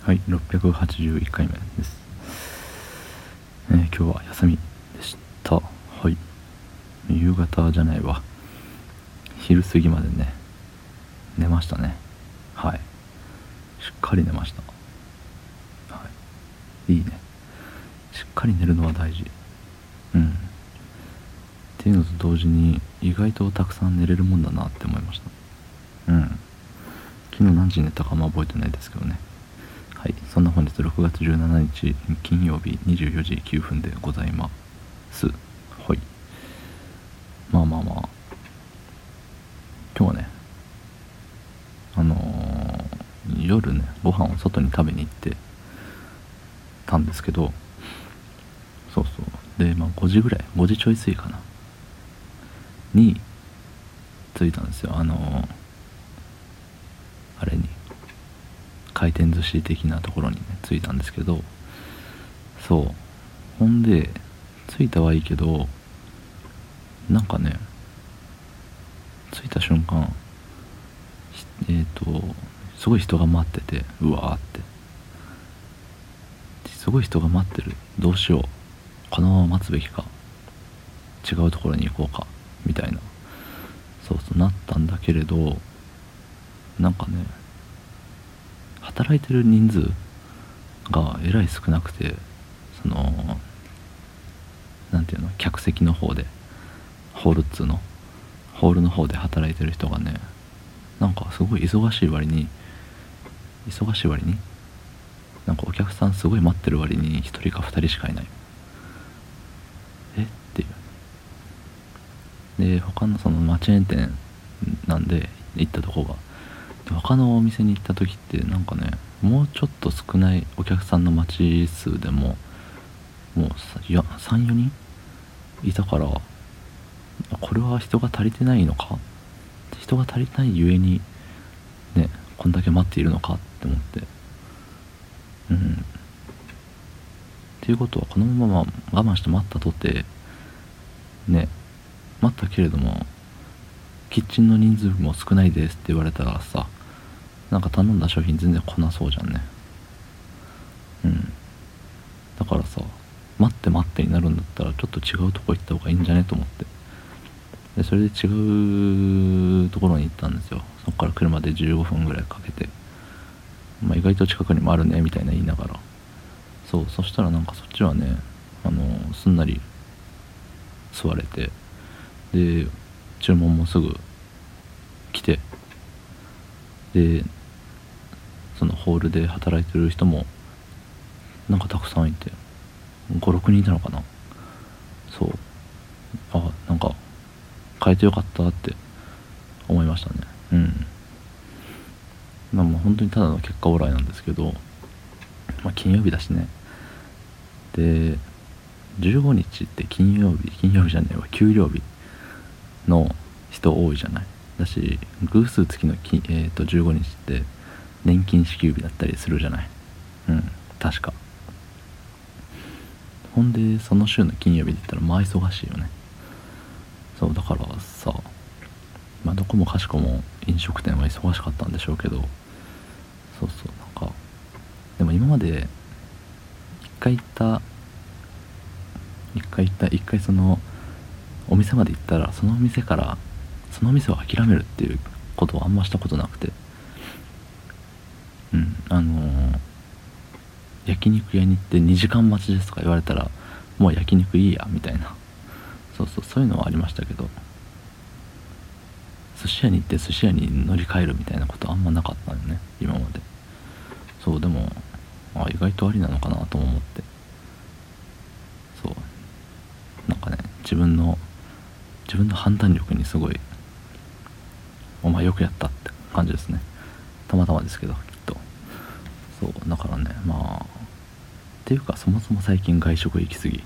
はい、681回目です。今日は休みでした。はい。夕方じゃないわ。昼過ぎまでね、寝ましたね。はい。しっかり寝ました。はい。いいね。しっかり寝るのは大事。うん。っていうのと同時に、意外とたくさん寝れるもんだなって思いました。うん。昨日何時に寝たか覚えてないですけどね。はい、そんな本日6月17日金曜日24時9分でございます。はい。まあ今日はね、夜ねご飯を外に食べに行ってたんですけど、そうで5時ぐらい、5時ちょい過ぎかなに着いたんですよ。あれに回転寿司的なところにね着いたんですけど、そうほんで着いたはいいけど、なんかね着いた瞬間すごい人が待ってて、うわーってすごい人が待ってる、どうしよう、このまま待つべきか、違うところに行こうかみたいな、そうなったんだけれど、なんかね働いてる人数がえらい少なくて、なんていうの、客席の方でホールっつうのホールの方で働いてる人がね、なんかすごい忙しい割になんかお客さんすごい待ってる割に1人か2人しかいない。っていう。で他のそのチェーン店なんで行ったとこが、他のお店に行った時ってなんかね、もうちょっと少ないお客さんの待ち数でももう3、4人いたから、これは人が足りてないのか、人が足りないゆえにねこんだけ待っているのかって思って、っていうことは、このまま我慢して待ったとてね、待ったけれどもキッチンの人数も少ないですって言われたらさ、なんか頼んだ商品全然来なそうじゃんね。だからさ、待ってになるんだったらちょっと違うとこ行った方がいいんじゃねと思って、でそれで違うところに行ったんですよ。そこから車で15分ぐらいかけて、意外と近くにもあるねみたいな言いながら、そしたらなんかそっちはね、すんなり座れて、で注文もすぐ来て、でそのホールで働いてる人もなんかたくさんいて、56人いたのかな。なんか変えてよかったって思いましたね。もう本当にただの結果オーライなんですけど、金曜日だしね。で15日って金曜日じゃねえわ、給料日の人多いじゃない。だし偶数月の15日って年金支給日だったりするじゃない。確か。ほんでその週の金曜日で言ったら忙しいよね。だからさ、どこもかしこも飲食店は忙しかったんでしょうけど、なんかでも今まで一回そのお店まで行ったら、その店を諦めるっていうことをあんましたことなくて、焼肉屋に行って2時間待ちですとか言われたら、もう焼肉いいやみたいな、そういうのはありましたけど、寿司屋に行って寿司屋に乗り換えるみたいなことあんまなかったよね今まで。でも意外とありなのかなとも思って、なんかね、自分の判断力にすごい、お前よくやったって感じですね。たまたまですけど、きっと。だからね、っていうかそもそも最近外食行き過ぎ、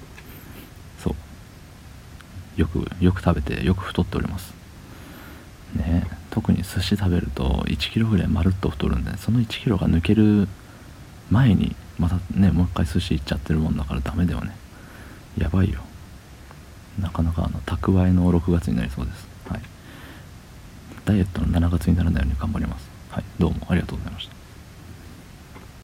よく食べてよく太っておりますね。特に寿司食べると1キロぐらいまるっと太るんで、その1キロが抜ける前にまたねもう一回寿司行っちゃってるもんだからダメだよね。やばいよ。なかなか蓄えの6月になりそうです。はい。ダイエットの7月にならないように頑張ります。はい。どうもありがとうございました。